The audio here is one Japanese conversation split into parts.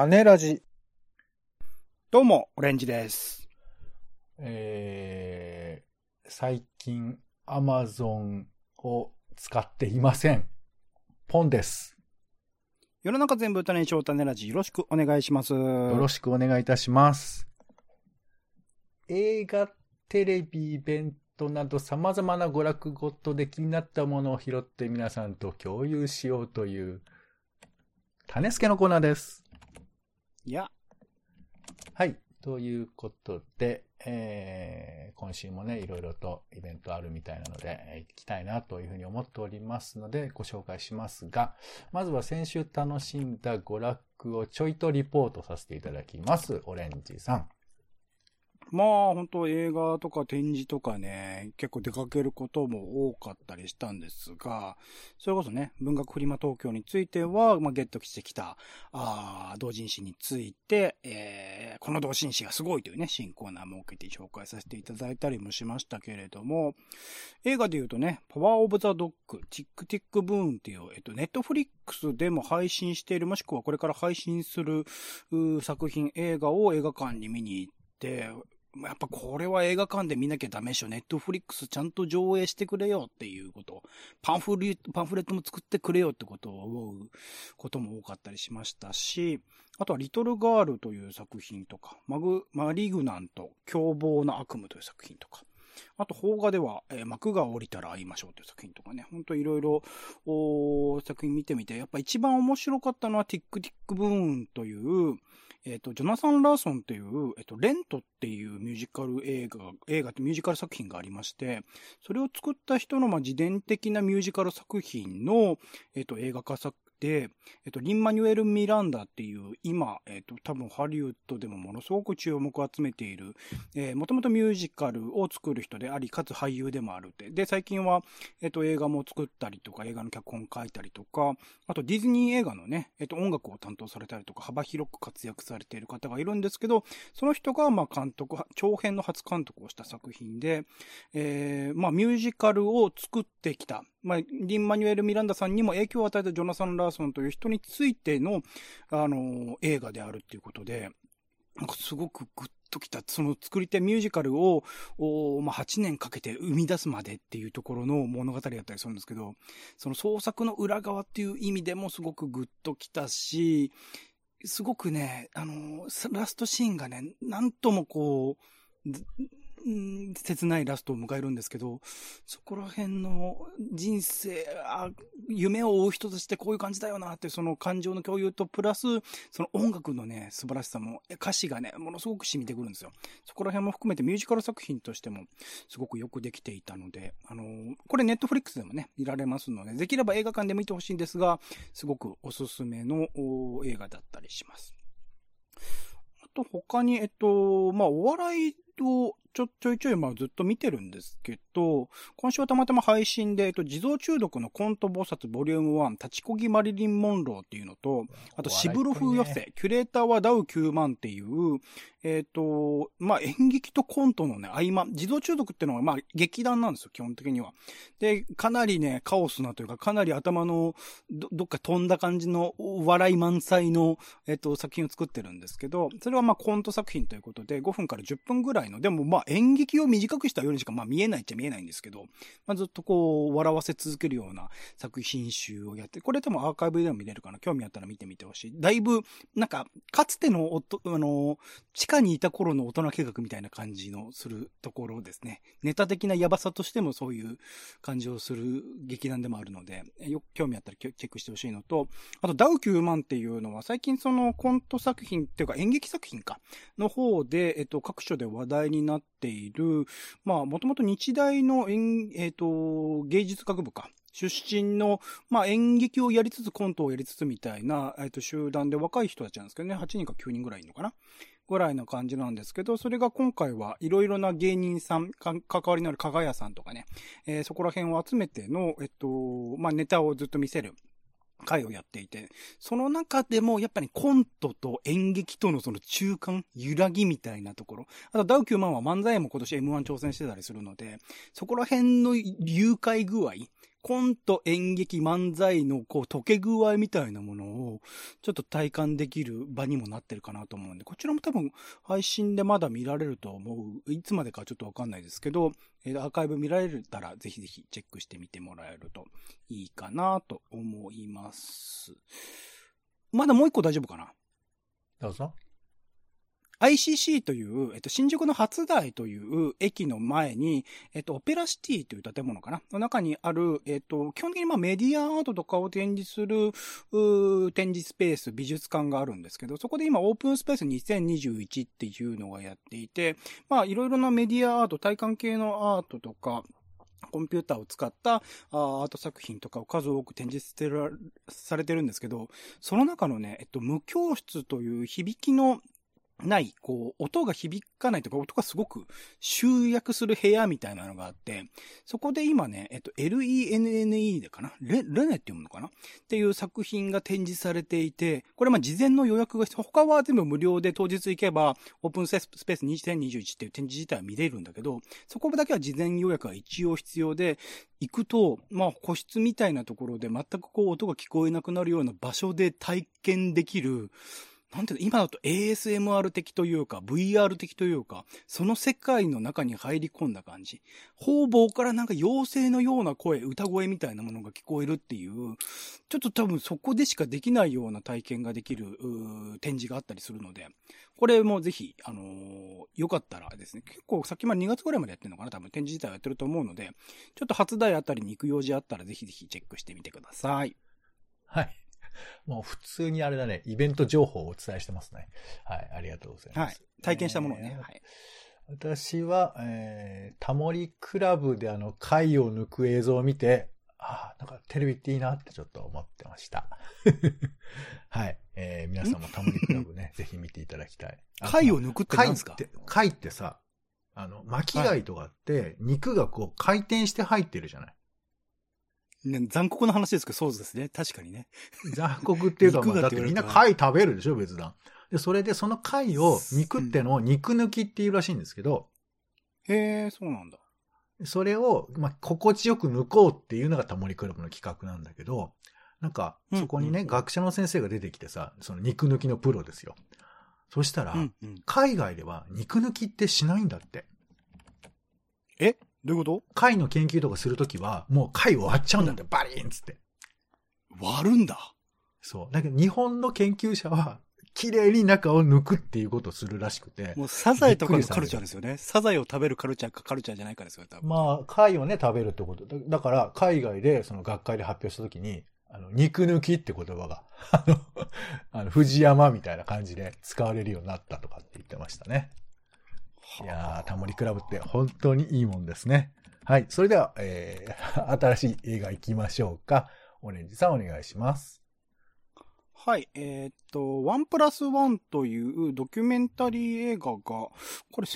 種ラジ。 どうも、オレンジです。 最近 Amazon を使っていません。ポンです。 世の中全部種にしよう種ラジ、よろしくお願いします。 よろしくお願いいたします。映画、テレビ、イベントなど様々な娯楽ごとで気になったものを拾って皆さんと共有しようという種付けのコーナーです。 いや。 はい。ということで、今週もね、いろいろとイベントあるみたいなので、行きたいなというふうに思っておりますので、ご紹介しますが、まずは先週楽しんだ娯楽をちょいとリポートさせていただきます。オレンジさん。 まあ、本当映画とか展示とかね、結構出かけることも多かったりしたんですが、それこそね、文学フリマ東京については、ゲットしてきた、同人誌について、この同人誌がすごいというね、新コーナー設けて紹介させていただいたりもしましたけれども、映画で言うとね、パワーオブザドッグ、ティックティックブーンっていう、ネットフリックスでも配信している、もしくはこれから配信する作品、映画を映画館に見に行って、やっぱこれは映画館で見なきゃダメでしょ。ネットフリックスちゃんと上映してくれよっていうこと。パンフレットも作ってくれよってことを思うことも多かったりしましたし、あとはリトルガールという作品とか、マリグナント、凶暴な悪夢という作品とか、あと邦画では、幕が降りたら会いましょうという作品とかね、ほんといろいろ作品見てみて、やっぱ一番面白かったのはティックティックブーンという、ジョナサン・ラーソンっていう、レントっていうミュージカル映画ってミュージカル作品がありまして、それを作った人の自伝的なミュージカル作品の、映画化作で、リンマニュエル・ミランダっていう、今、多分ハリウッドでもものすごく注目を集めている、もともとミュージカルを作る人であり、かつ俳優でもあるって。で、最近は、映画も作ったりとか、映画の脚本書いたりとか、あとディズニー映画のね、音楽を担当されたりとか、幅広く活躍されている方がいるんですけど、その人が、長編の初監督をした作品で、ミュージカルを作ってきた、リンマニュエル・ミランダさんにも影響を与えたジョナサン・ラーソンという人についての、映画であるっていうことで、なんかすごくグッときた、その作り手ミュージカルを、8年かけて生み出すまでっていうところの物語だったりするんですけど、その創作の裏側っていう意味でもすごくグッときたし、すごくね、ラストシーンがね、なんとも切ないラストを迎えるんですけど、そこら辺の人生、夢を追う人としてこういう感じだよなって、その感情の共有とプラス、その音楽のね、素晴らしさも、歌詞がね、ものすごく染みてくるんですよ。そこら辺も含めてミュージカル作品としても、すごくよくできていたので、これネットフリックスでもね、見られますので、できれば映画館で見てほしいんですが、すごくおすすめの映画だったりします。あと他に、お笑いをちょいちょいずっと見てるんですけど、今週はたまたま配信で、地蔵中毒のコント菩薩ボリューム1、立ちこぎマリリン・モンローっていうのと、あとシブル風寄せ、キュレーターはダウ9万っていう、演劇とコントのね、合間、地蔵中毒っていうのは劇団なんですよ、基本的には。で、かなりね、カオスなというか、かなり頭のどっか飛んだ感じの笑い満載の、作品を作ってるんですけど、それはコント作品ということで、5分から10分ぐらいの、でも演劇を短くしたようにしか見えないっちゃ見えないんですけど、ずっと笑わせ続けるような作品集をやって、これ多分アーカイブでも見れるかな。興味あったら見てみてほしい。だいぶ、かつての地下にいた頃の大人計画みたいな感じのするところですね。ネタ的なヤバさとしてもそういう感じをする劇団でもあるので、よく興味あったらチェックしてほしいのと、あとダウ9万っていうのは最近そのコント作品っていうか演劇作品の方で、各所で話題になっている、もともと日大の芸術学部出身の、演劇をやりつつコントをやりつつみたいな、集団で若い人たちなんですけどね、8人か9人ぐらいいるのかなぐらいな感じなんですけど、それが今回はいろいろな芸人さん、関わりのある加賀屋さんとかね、そこら辺を集めての、ネタをずっと見せる会をやっていて、その中でもやっぱりコントと演劇とのその中間、揺らぎみたいなところ。あとダウ9万は漫才も今年 M1 挑戦してたりするので、そこら辺の誘拐具合、 コント、演劇、漫才のこう溶け具合みたいなものをちょっと体感できる場にもなってるかなと思うんで、こちらも多分配信でまだ見られると思う。いつまでかちょっとわかんないですけど、アーカイブ見られたらぜひぜひチェックしてみてもらえるといいかなと思います。まだもう一個大丈夫かな？ どうぞ。 ICC という、新宿の初台という駅の前に、オペラシティという建物かなの中にある、基本的にメディアアートとかを展示する、展示スペース、美術館があるんですけど、そこで今オープンスペース2021っていうのがやっていて、いろいろなメディアアート、体感系のアートとか、コンピューターを使ったアート作品とかを数多く展示されてるんですけど、その中のね、無教室という響きのない、音が響かないとか、音がすごく集約する部屋みたいなのがあって、そこで今ね、LENNE でかなレネって読むのかなっていう作品が展示されていて、これ事前の予約が必要。他は全部無料で当日行けば、オープンスペース2021っていう展示自体は見れるんだけど、そこだけは事前予約が一応必要で、行くと、個室みたいなところで全く音が聞こえなくなるような場所で体験できる、なんていうの、今だと ASMR 的というか、VR 的というか、その世界の中に入り込んだ感じ。方々から妖精のような声、歌声みたいなものが聞こえるっていう、ちょっと多分そこでしかできないような体験ができる、展示があったりするので、これもぜひ、よかったらですね、結構さっき2月ぐらいまでやってるのかな、多分展示自体はやってると思うので、ちょっと初台あたりに行く用事あったらぜひぜひチェックしてみてください。 はい。もう普通にあれだね、イベント情報をお伝えしてますね。はい、ありがとうございます。 はい。体験したものをね。はい。 私は、タモリクラブで貝を抜く映像を見て、なんかテレビっていいなってちょっと思ってました。はい。皆さんもタモリクラブね、ぜひ見ていただきたい。 貝を抜くって何ですか？ 貝ってさ、巻き貝とかって、肉が回転して入ってるじゃない。 ね、残酷な話ですけど、そうですね。確かにね。 残酷っていうか、だってみんな貝食べるでしょ、別段。で、それでその貝を肉ってのを肉抜きっていうらしいんですけど。 へー、そうなんだ。 それを、心地よく抜こうっていうのがタモリクラブの企画なんだけど、そこにね、学者の先生が出てきてさ、その肉抜きのプロですよ。そしたら、海外では肉抜きってしないんだって。 え？どういうこと？ 貝の研究とかするときは、もう貝を割っちゃうんだって、バリーンつって。 割るんだ。 そう。だけど日本の研究者は、綺麗に中を抜くっていうことをするらしくて。 もうサザエとかのカルチャーですよね。サザエを食べるカルチャーかカルチャーじゃないかですよ、多分。 貝をね、食べるってこと。だから、海外で、その学会で発表したときに、肉抜きって言葉が、藤山みたいな感じで使われるようになったとかって言ってましたね。いやー、タモリクラブって本当にいいもんですね。はい。それでは、新しい映画行きましょうか。オレンジさんお願いします。 はい。1+1というドキュメンタリー映画が、これ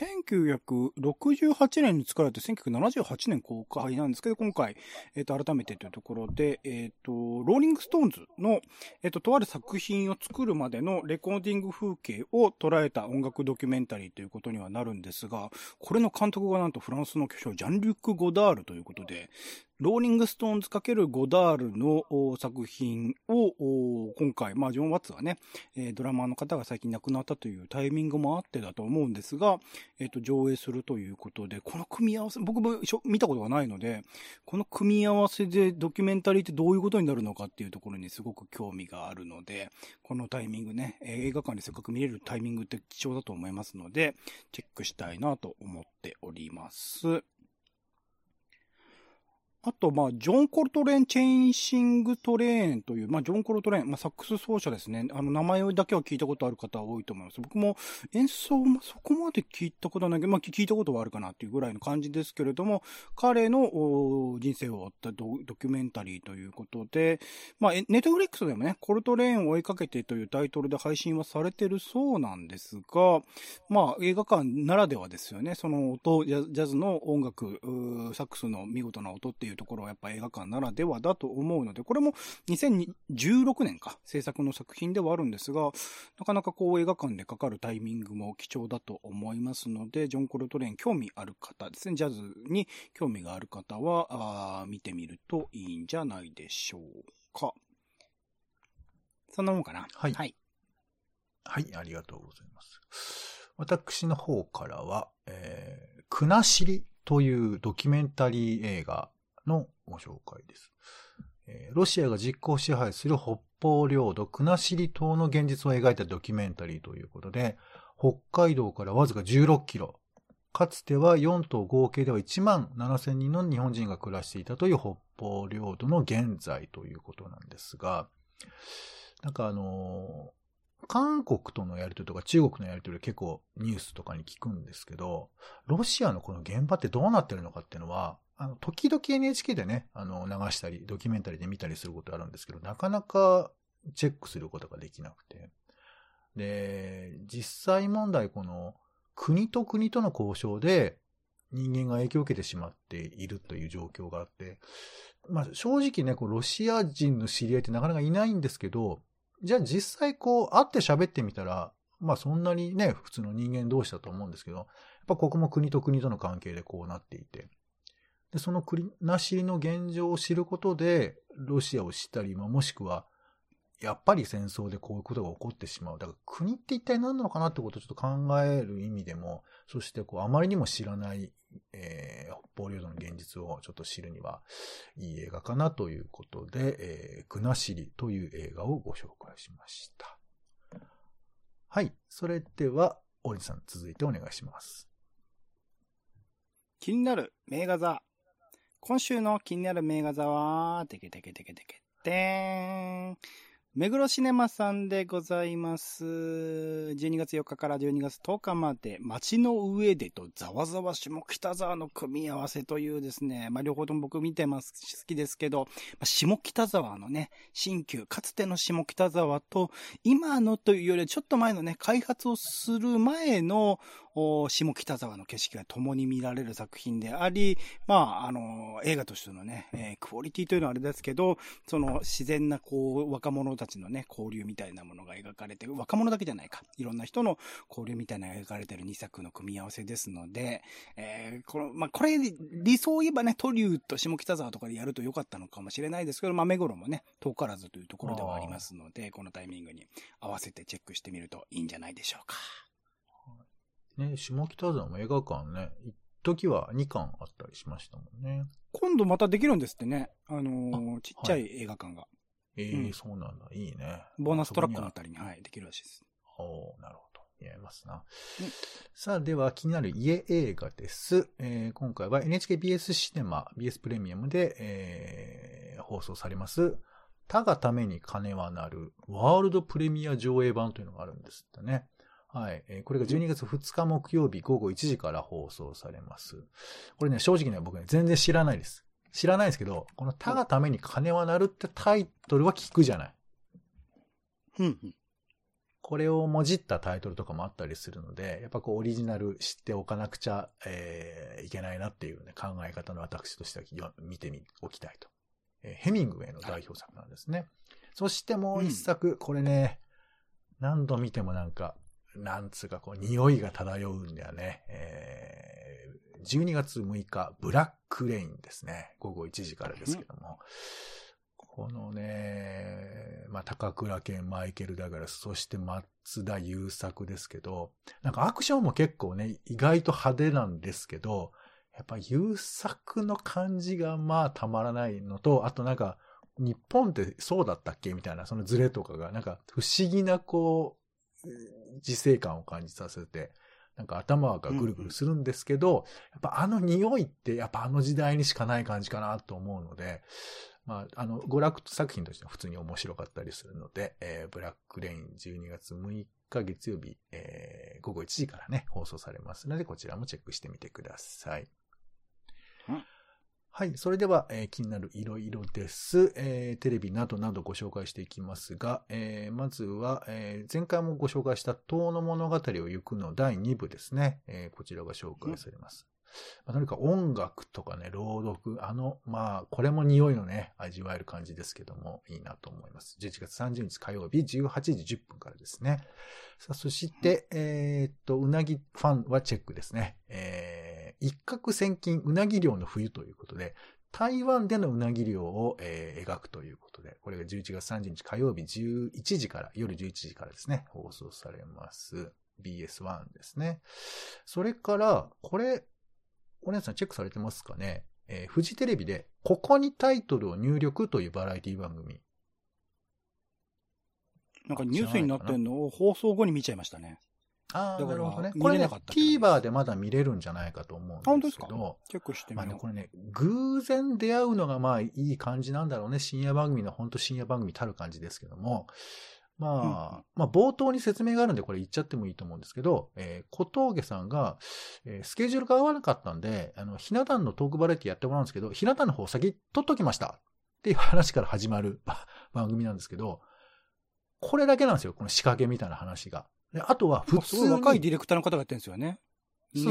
1968年に作られて1978年公開なんですけど、今回、改めてというところで、ローリングストーンズの、とある作品を作るまでのレコーディング風景を捉えた音楽ドキュメンタリーということにはなるんですが、これの監督がなんとフランスの巨匠、ジャン・リュック・ゴダールということで、ローリングストーンズ×ゴダールの作品を今回、ジョン・ワッツはね、ドラマーの方が最近亡くなったというタイミングもあってだと思うんですが、上映するということで、この組み合わせ、僕も見たことがないので、この組み合わせでドキュメンタリーってどういうことになるのかっていうところにすごく興味があるので、このタイミングね、映画館でせっかく見れるタイミングって貴重だと思いますので、チェックしたいなと思っております。あと、ジョン・コルトレーン・チェインシング・トレーンという、ジョン・コルトレーン、サックス奏者ですね。名前だけは聞いたことある方は多いと思います。僕も演奏もそこまで聞いたことはないけど、聞いたことはあるかなっていうぐらいの感じですけれども、彼の人生を追ったドキュメンタリーということで、ネットフリックスでもね、コルトレーンを追いかけてというタイトルで配信はされてるそうなんですが、映画館ならではですよね。その音、ジャズの音楽、サックスの見事な音っていうところはやっぱ映画館ならではだと思うので、これも2016年か、制作の作品ではあるんですが、なかなかこう映画館でかかるタイミングも貴重だと思いますので、ジョン・コルトレーン興味ある方ですね、ジャズに興味がある方は、見てみるといいんじゃないでしょうか。そんなもんかな。 はい。 はい。 はい、ありがとうございます。私の方からは、国後というドキュメンタリー映画のご紹介です。ロシアが実効支配する北方領土国後島の現実を描いたドキュメンタリーということで、北海道からわずか16キロ、かつては4島合計では1万7000人の日本人が暮らしていたという北方領土の現在ということなんですが、なんか韓国とのやりとりとか中国のやりとり結構ニュースとかに聞くんですけど、ロシアのこの現場ってどうなってるのかっていうのは、時々 NHK でね、流したり、ドキュメンタリーで見たりすることあるんですけど、なかなかチェックすることができなくて。で、実際問題この国と国との交渉で人間が影響を受けてしまっているという状況があって、まあ正直ね、ロシア人の知り合いってなかなかいないんですけど、じゃあ実際会って喋ってみたら、まあそんなにね、普通の人間同士だと思うんですけど、やっぱここも国と国との関係でこうなっていて。で、その国なしの現状を知ることで、ロシアを知ったり、もしくは、やっぱり戦争でこういうことが起こってしまう。だから国って一体何なのかなってことをちょっと考える意味でも、そしてあまりにも知らない、北方領土の現実をちょっと知るには、いい映画かなということで、国後という映画をご紹介しました。はい。それでは、大地さん続いてお願いします。 気になる名画座。今週の気になる名画座は、てけてけてけてけてーん。目黒シネマさんでございます。12月4日から12月10日まで、街の上でとざわざわ下北沢の組み合わせというですね、両方とも僕見てます、好きですけど、下北沢のね、新旧、かつての下北沢と、今のというよりちょっと前のね、開発をする前の下北沢の景色が共に見られる作品であり、映画としてのね、クオリティというのはあれですけど、その自然な若者たちのね、交流みたいなものが描かれて、若者だけじゃないか。いろんな人の交流みたいなのが描かれている2作の組み合わせですので、これ、理想を言えばね、トリューと下北沢とかでやると良かったのかもしれないですけど、目黒もね、遠からずというところではありますので、このタイミングに合わせてチェックしてみるといいんじゃないでしょうか。 ね、下北沢も映画館ね、一時は2館あったりしましたもんね。 今度またできるんですってね。ちっちゃい映画館が。 そうなんだ。いいね。 ボーナストラックのあたりに、できるらしいです。 なるほど。似合いますな。さあ、では気になる家映画です。今回は NHKBS シネマ、BS プレミアムで、放送されます、他がために金は鳴る、ワールドプレミア上映版というのがあるんですってね。はい。これが12月2日木曜日午後1時から放送されます。これね、正直ね、僕ね、全然知らないです。知らないですけど、この他がために金は鳴るってタイトルは聞くじゃない。これをもじったタイトルとかもあったりするので、やっぱオリジナル知っておかなくちゃ、いけないなっていうね、考え方の私としては見ておきたいと。ヘミングウェイの代表作なんですね。そしてもう一作、これね、何度見てもなんつうか匂いが漂うんだよね。12月6日、ブラックレインですね。午後1時からですけども。このね、高倉健、マイケル・ダグラス、そして松田優作ですけど、なんかアクションも結構ね、意外と派手なんですけど、やっぱ優作の感じがたまらないのと、あとなんか、日本ってそうだったっけみたいな、そのズレとかが、なんか不思議な時世感を感じさせて、なんか頭がぐるぐるするんですけど、やっぱ匂いってやっぱ時代にしかない感じかなと思うので、娯楽作品としては普通に面白かったりするので、ブラックレイン12月6日月曜日、午後1時からね、放送されますので、こちらもチェックしてみてください。はい。それでは、気になるいろいろです。テレビなどなどご紹介していきますが、まずは、前回もご紹介した遠野物語を行くの第2部ですね。こちらが紹介されます。 とにかく音楽とかね、朗読、まあ、これも匂いのね、味わえる感じですけども、いいなと思います。11月30日火曜日、18時10分からですね。さあ、そして、うなぎファンはチェックですね。一攫千金うなぎ漁の冬ということで、台湾でのうなぎ漁を、描くということで、これが11月30日火曜日11時から、夜11時からですね、放送されます。BS1 ですね。それから、これ、お姉さんチェックされてますかね、フジテレビで、ここにタイトルを入力というバラエティ番組。 なんかニュースになってんのを放送後に見ちゃいましたね。 ああ、なるほどね。 これね、 TVer でまだ見れるんじゃないかと思うんですけど。 本当ですか？チェックしてみよう。 まあね、これね、偶然出会うのがまあいい感じなんだろうね。深夜番組の本当深夜番組たる感じですけども。まあ冒頭に説明があるんでこれ言っちゃってもいいと思うんですけど、小峠さんが、スケジュールが合わなかったんで、ひな壇のトークバラエティやってもらうんですけど、ひな壇の方先取っときましたっていう話から始まる番組なんですけど、これだけなんですよ、この仕掛けみたいな話が。であとは普通に。 若いディレクターの方がやってるんですよね。 そう。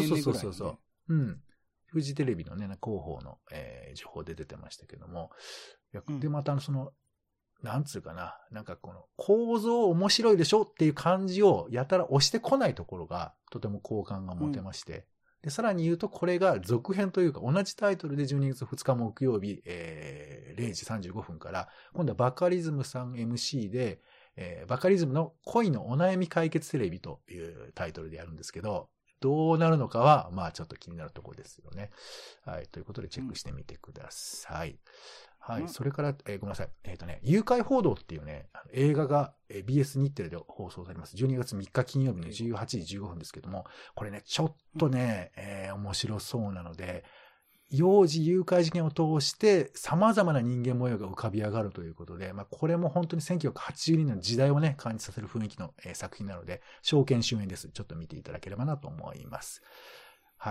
うん。フジテレビのね、広報の、情報で出てましたけども。で、またなんつうかな、なんかこの構造面白いでしょっていう感じをやたら押してこないところがとても好感が持てまして。で、さらに言うとこれが続編というか同じタイトルで12月2日木曜日、0時35分から、今度はバカリズムさん MC で、バカリズムの恋のお悩み解決テレビというタイトルでやるんですけど、どうなるのかは、まあちょっと気になるところですよね。はい。ということでチェックしてみてください。はい。それから、ごめんなさい。誘拐報道っていうね、映画が BS 日テレで放送されます。12月3日金曜日の18時15分ですけども、これね、ちょっとね、面白そうなので、幼児誘拐事件を通して様々な人間模様が浮かび上がるということで、まあこれも本当に1982年の時代をね、感じさせる雰囲気の、作品なので、証券終演です。ちょっと見ていただければなと思います。はい。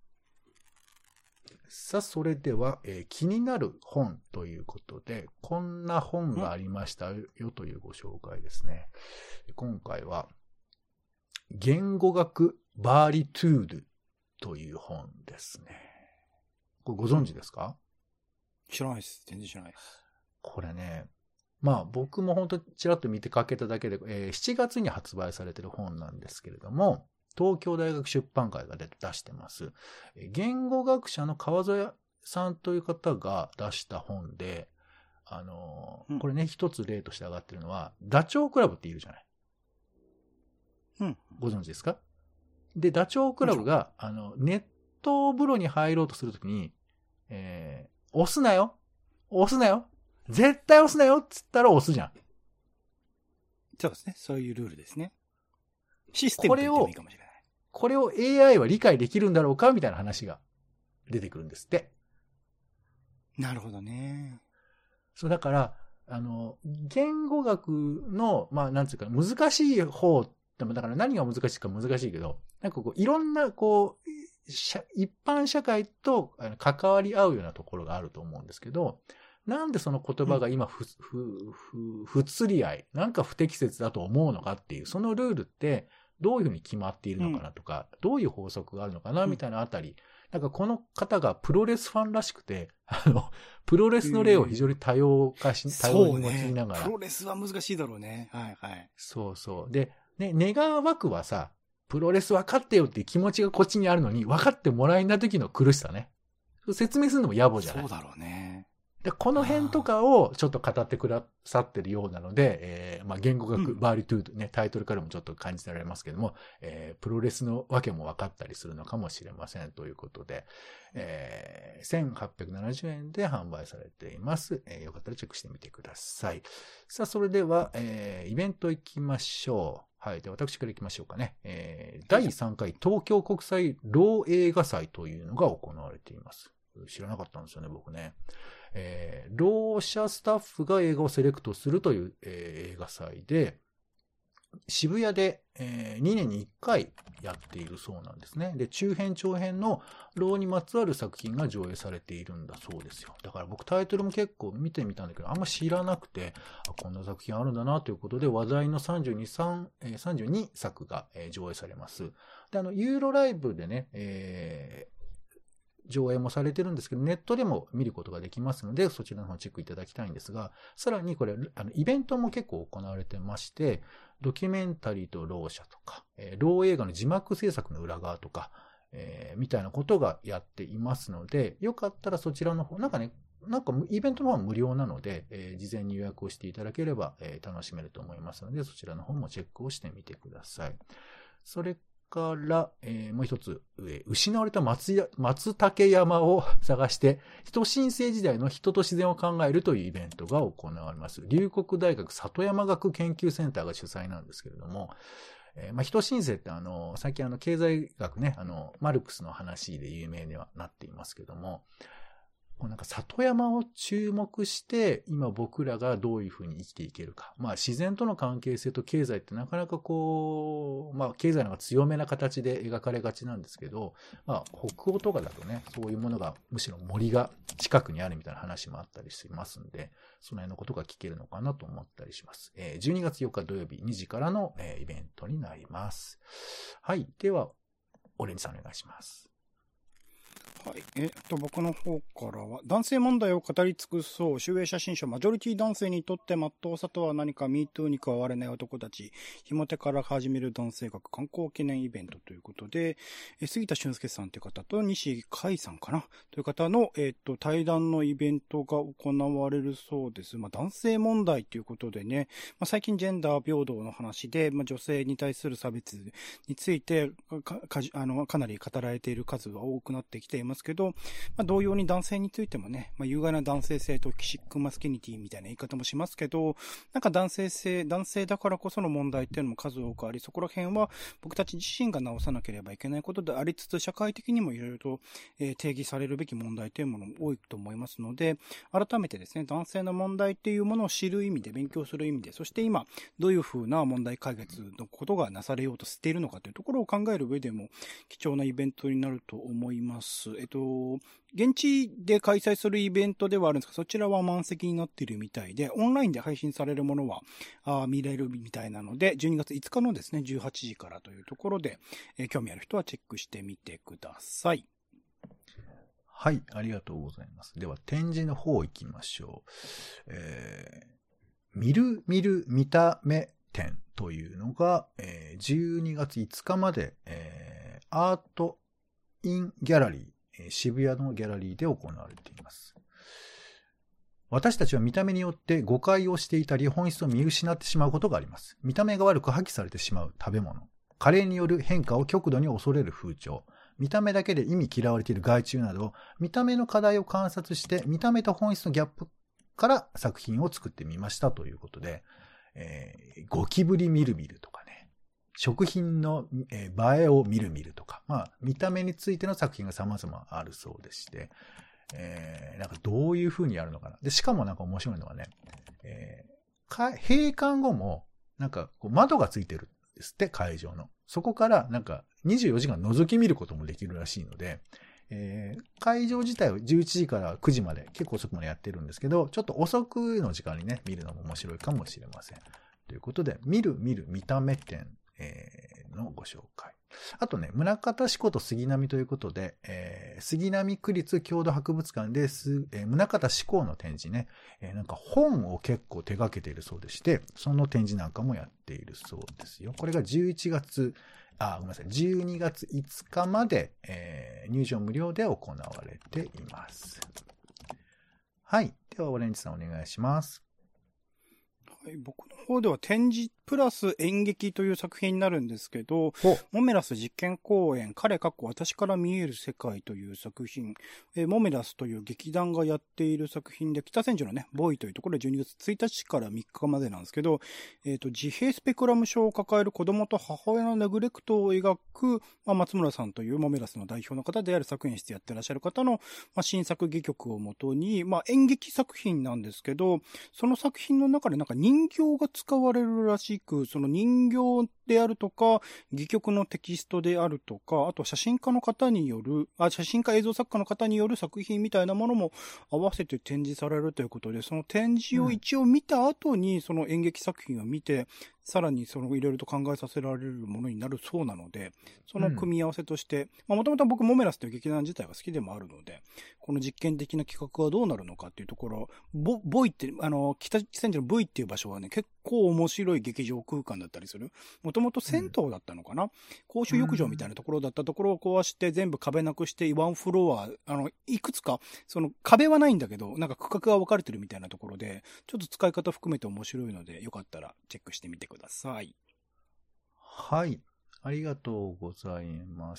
さあ、それでは、気になる本ということで、こんな本がありましたよというご紹介ですね。今回は、言語学バーリトゥードという本ですね。これご存知ですか？ 知らないです。全然知らないです。 これね、まあ僕も本当ちらっと見てかけただけで、7月に発売されている本なんですけれども、東京大学出版会が出してます。言語学者の川添さんという方が出した本で、これね、一つ例として上がっているのは、ダチョウ倶楽部っているじゃない。 うん。 ご存知ですか？で、ダチョウ倶楽部が、熱湯風呂に入ろうとするときに、押すなよ絶対押すなよっつったら押すじゃん。 そうですね。そういうルールですね。システムと言ってもいいかもしれない。 これを AI は理解できるんだろうかみたいな話が出てくるんですって。 なるほどね。 そう、だから、言語学の、まあ、なんつうか、難しい方、だから何が難しいか難しいけど、なんかこう、いろんな、こう、一般社会と関わり合うようなところがあると思うんですけど、なんでその言葉が今不釣り合い、なんか不適切だと思うのかっていう、そのルールってどういうふうに決まっているのかなとか、どういう法則があるのかなみたいなあたり、なんかこの方がプロレスファンらしくて、プロレスの例を非常に多様に用いながら。 プロレスは難しいだろうね。はいはい。 そうそう。で、ね、願わくはさ、プロレス分かってよっていう気持ちがこっちにあるのに、分かってもらえない時の苦しさね。説明するのも野暮じゃない。 そうだろうね。 で、この辺とかをちょっと語ってくださってるようなので、まあ、言語学、バーリトゥードね、タイトルからもちょっと感じられますけども、プロレスのわけも分かったりするのかもしれませんということで、1870円で販売されています。よかったらチェックしてみてください。さあ、それでは、イベント行きましょう。はい。で、私から行きましょうかね。第3回東京国際老映画祭というのが行われています。知らなかったんですよね、僕ね。ろう者スタッフが映画をセレクトするという、映画祭で、渋谷で、2年に1回やっているそうなんですね。で、中編長編のろうにまつわる作品が上映されているんだそうですよ。だから僕タイトルも結構見てみたんだけど、あんま知らなくて、こんな作品あるんだなということで、話題の32作が、上映されます。で、ユーロライブでね、 上映もされてるんですけど、ネットでも見ることができますので、そちらの方チェックいただきたいんですが、さらにこれ、イベントも結構行われてまして、ドキュメンタリーとろう者とか、ろう映画の字幕制作の裏側とか、みたいなことがやっていますので、よかったらそちらの方、なんかイベントの方は無料なので、事前に予約をしていただければ、楽しめると思いますので、そちらの方もチェックをしてみてください。それから、もう一つ、失われた松茸山を探して、人新世時代の人と自然を考えるというイベントが行われます。龍谷大学里山学研究センターが主催なんですけれども、人新世って最近経済学ね、マルクスの話で有名にはなっていますけども、なんか里山を注目して、今僕らがどういうふうに生きていけるか。自然との関係性と経済ってなかなか経済の方が強めな形で描かれがちなんですけど、北欧とかだとね、そういうものがむしろ森が近くにあるみたいな話もあったりしますんで、その辺のことが聞けるのかなと思ったりします。12月4日土曜日2時からのイベントになります。はい。では、オレンジさんお願いします。 はい。僕の方からは、男性問題を語り尽くそう、集英写真書、マジョリティ男性にとって真っ当さとは何か、MeToo に加われない男たち、ひも手から始める男性学観光記念イベントということで、杉田俊介さんという方と西海さんかなという方の、対談のイベントが行われるそうです。男性問題ということでね、最近ジェンダー平等の話で、女性に対する差別についてかなり語られている数が多くなってきていますけど、同様に男性についてもね、有害な男性性とシックマスキュニティみたいな言い方もしますけど、なんか男性だからこその問題っていうのも数多くあり、そこら辺は僕たち自身が直さなければいけないことでありつつ、社会的にもいろいろと定義されるべき問題というものも多いと思いますので、改めてですね、男性の問題っていうものを知る意味で、勉強する意味で、そして今、どういうふうな問題解決のことがなされようとしているのかというところを考える上でも貴重なイベントになると思います。現地で開催するイベントではあるんですが、そちらは満席になっているみたいで、オンラインで配信されるものは見れるみたいなので、12月5日のですね、18時からというところで、興味ある人はチェックしてみてください。 はい、ありがとうございます。では、展示の方行きましょう。見る見た目展というのが、12月5日まで、アートインギャラリー、渋谷のギャラリーで行われています。私たちは見た目によって誤解をしていたり本質を見失ってしまうことがあります。見た目が悪く破棄されてしまう食べ物、加齢による変化を極度に恐れる風潮、見た目だけで意味嫌われている害虫など、見た目の課題を観察して、見た目と本質のギャップから作品を作ってみましたということで、ゴキブリみるみるとかね、食品の映えを見る見るとか、見た目についての作品が様々あるそうでして、なんかどういう風にやるのかな。で、しかもなんか面白いのはね、閉館後も、なんかこう窓がついてるんですって、会場の。そこからなんか24時間覗き見ることもできるらしいので、会場自体は11時から9時まで結構遅くまでやってるんですけど、ちょっと遅くの時間にね、見るのも面白いかもしれません。ということで、見る見た目展、のご紹介。あとね、宗像志功と杉並ということで、杉並区立郷土博物館で宗像志功の展示ね、なんか本を結構手掛けているそうでして、その展示なんかもやっているそうですよ。これが12月5日まで、入場無料で行われています。はい。では、オレンジさんお願いします。 はい、僕の方では展示プラス演劇という作品になるんですけど、モメラス実験公演、彼私から見える世界という作品、モメラスという劇団がやっている作品で、北千住のね、ボーイというところで12月1日から3日までなんですけど、自閉スペクラム症を抱える子供と母親のネグレクトを描く、松村さんというモメラスの代表の方である作演室やってらっしゃる方の、新作戯曲をもとに、演劇作品なんですけど、その作品の中でなんか人形が使われるらしく、その人形であるとか、戯曲のテキストであるとか、あと写真家の方による、写真家映像作家の方による作品みたいなものも合わせて展示されるということで、その展示を一応見た後に、その演劇作品を見て、さらにそのいろいろと考えさせられるものになるそうなので、その組み合わせとして、もともと僕モメラスという劇団自体が好きでもあるので、この実験的な企画はどうなるのかっていうところ、ボイって、北千住の V っていう場所はね、結構面白い劇場空間だったりする。もともと銭湯だったのかな、公衆浴場みたいなところだったところを壊して全部壁なくしてワンフロア、いくつか、その壁はないんだけど、なんか区画が分かれてるみたいなところで、ちょっと使い方含めて面白いので、よかったらチェックしてみてください。 はい。ありがとうございます。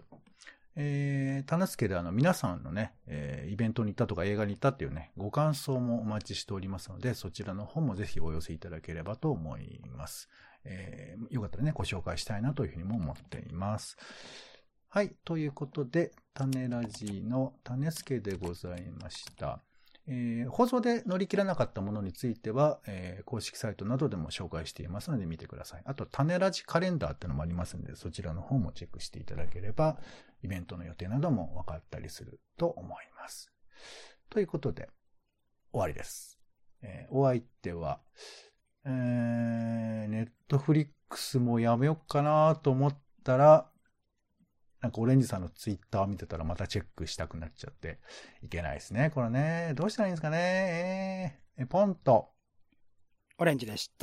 種付けで皆さんのね、イベントに行ったとか映画に行ったっていうね、ご感想もお待ちしておりますので、そちらの方もぜひお寄せいただければと思います。よかったらね、ご紹介したいなというふうにも思っています。はい。ということで、種ラジの種付けでございました。放送で乗り切らなかったものについては、公式サイトなどでも紹介していますので見てください。あと、種ラジカレンダーっていうのもありますので、そちらの方もチェックしていただければ、イベントの予定なども分かったりすると思います。ということで、終わりです。お相手は、ネットフリックスもやめようかなと思ったら、なんかオレンジさんのツイッター見てたらまたチェックしたくなっちゃっていけないですね。これね。どうしたらいいんですかね。ポンと。 オレンジでした。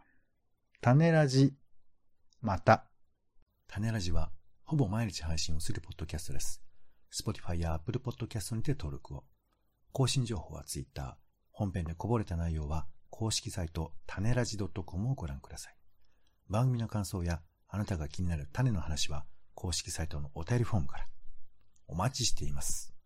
種ラジ。また。 種ラジはほぼ毎日配信をするポッドキャストです。Spotify や Apple Podcast にて登録を。更新情報はツイッター。本編でこぼれた内容は公式サイト種ラジ .com をご覧ください。番組の感想やあなたが気になる種の話は公式サイトのお便りフォームからお待ちしています。